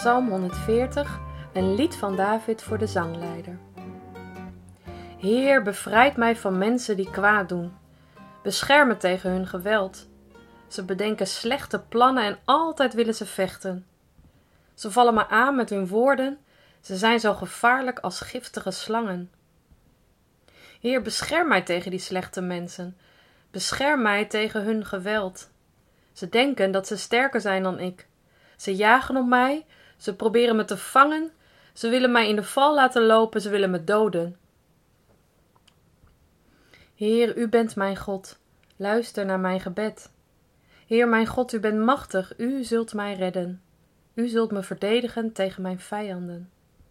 Psalm 140, een lied van David voor de zangleider. Heer, bevrijd mij van mensen die kwaad doen. Bescherm me tegen hun geweld. Ze bedenken slechte plannen en altijd willen ze vechten. Ze vallen me aan met hun woorden. Ze zijn zo gevaarlijk als giftige slangen. Heer, bescherm mij tegen die slechte mensen. Bescherm mij tegen hun geweld. Ze denken dat ze sterker zijn dan ik. Ze jagen op mij. Ze proberen me te vangen. Ze willen mij in de val laten lopen. Ze willen me doden. Heer, u bent mijn God. Luister naar mijn gebed. Heer, mijn God, u bent machtig. U zult mij redden. U zult me verdedigen tegen mijn vijanden.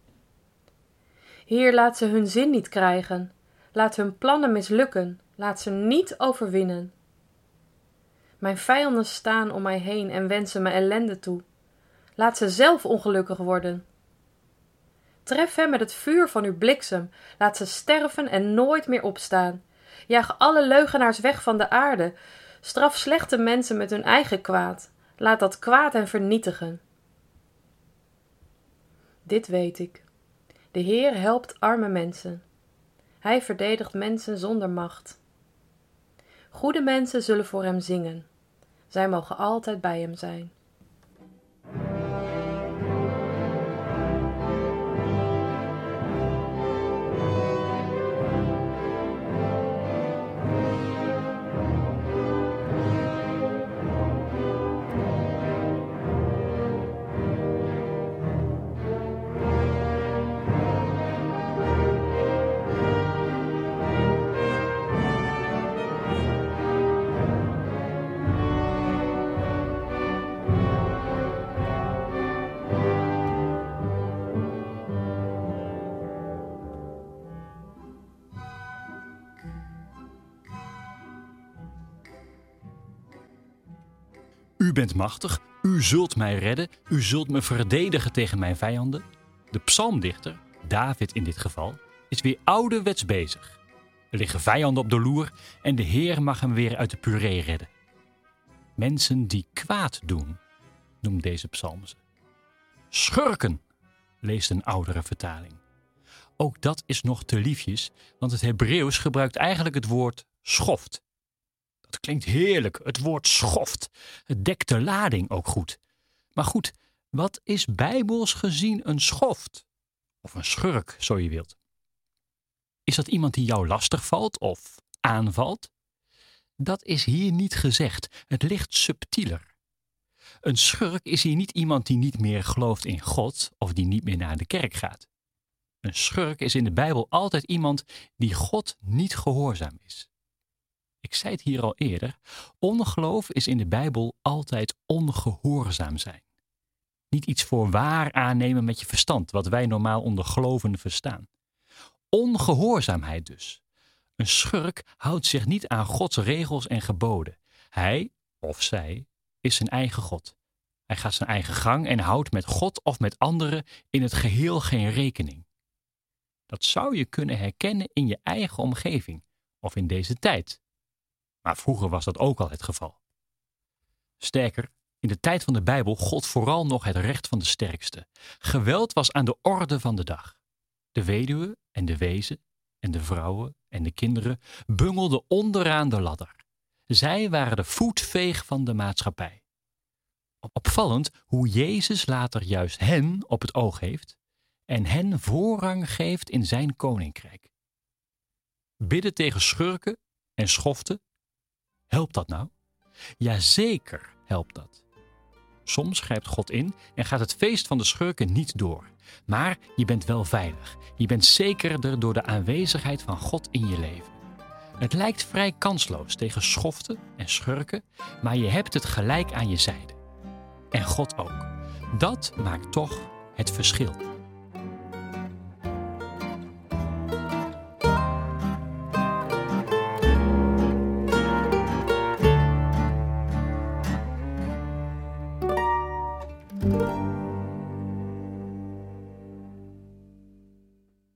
Heer, laat ze hun zin niet krijgen. Laat hun plannen mislukken. Laat ze niet overwinnen. Mijn vijanden staan om mij heen en wensen me ellende toe. Laat ze zelf ongelukkig worden. Tref hen met het vuur van uw bliksem. Laat ze sterven en nooit meer opstaan. Jaag alle leugenaars weg van de aarde. Straf slechte mensen met hun eigen kwaad. Laat dat kwaad hen vernietigen. Dit weet ik. De Heer helpt arme mensen. Hij verdedigt mensen zonder macht. Goede mensen zullen voor hem zingen. Zij mogen altijd bij hem zijn. U bent machtig, u zult mij redden, u zult me verdedigen tegen mijn vijanden. De psalmdichter, David in dit geval, is weer ouderwets bezig. Er liggen vijanden op de loer en de Heer mag hem weer uit de puree redden. Mensen die kwaad doen, noemt deze psalm ze. Schurken, leest een oudere vertaling. Ook dat is nog te liefjes, want het Hebreeuws gebruikt eigenlijk het woord schoft. Dat klinkt heerlijk, het woord schoft. Het dekt de lading ook goed. Maar goed, wat is bijbels gezien een schoft? Of een schurk, zo je wilt. Is dat iemand die jou lastig valt of aanvalt? Dat is hier niet gezegd. Het ligt subtieler. Een schurk is hier niet iemand die niet meer gelooft in God of die niet meer naar de kerk gaat. Een schurk is in de Bijbel altijd iemand die God niet gehoorzaam is. Ik zei het hier al eerder, ongeloof is in de Bijbel altijd ongehoorzaam zijn. Niet iets voor waar aannemen met je verstand, wat wij normaal onder geloven verstaan. Ongehoorzaamheid dus. Een schurk houdt zich niet aan Gods regels en geboden. Hij of zij is zijn eigen God. Hij gaat zijn eigen gang en houdt met God of met anderen in het geheel geen rekening. Dat zou je kunnen herkennen in je eigen omgeving of in deze tijd. Maar vroeger was dat ook al het geval. Sterker, in de tijd van de Bijbel gold vooral nog het recht van de sterkste. Geweld was aan de orde van de dag. De weduwe en de wezen en de vrouwen en de kinderen bungelden onderaan de ladder. Zij waren de voetveeg van de maatschappij. Opvallend hoe Jezus later juist hen op het oog heeft en hen voorrang geeft in zijn koninkrijk. Bidden tegen schurken en schoften, helpt dat nou? Jazeker helpt dat. Soms grijpt God in en gaat het feest van de schurken niet door. Maar je bent wel veilig. Je bent zekerder door de aanwezigheid van God in je leven. Het lijkt vrij kansloos tegen schoften en schurken, maar je hebt het gelijk aan je zijde. En God ook. Dat maakt toch het verschil.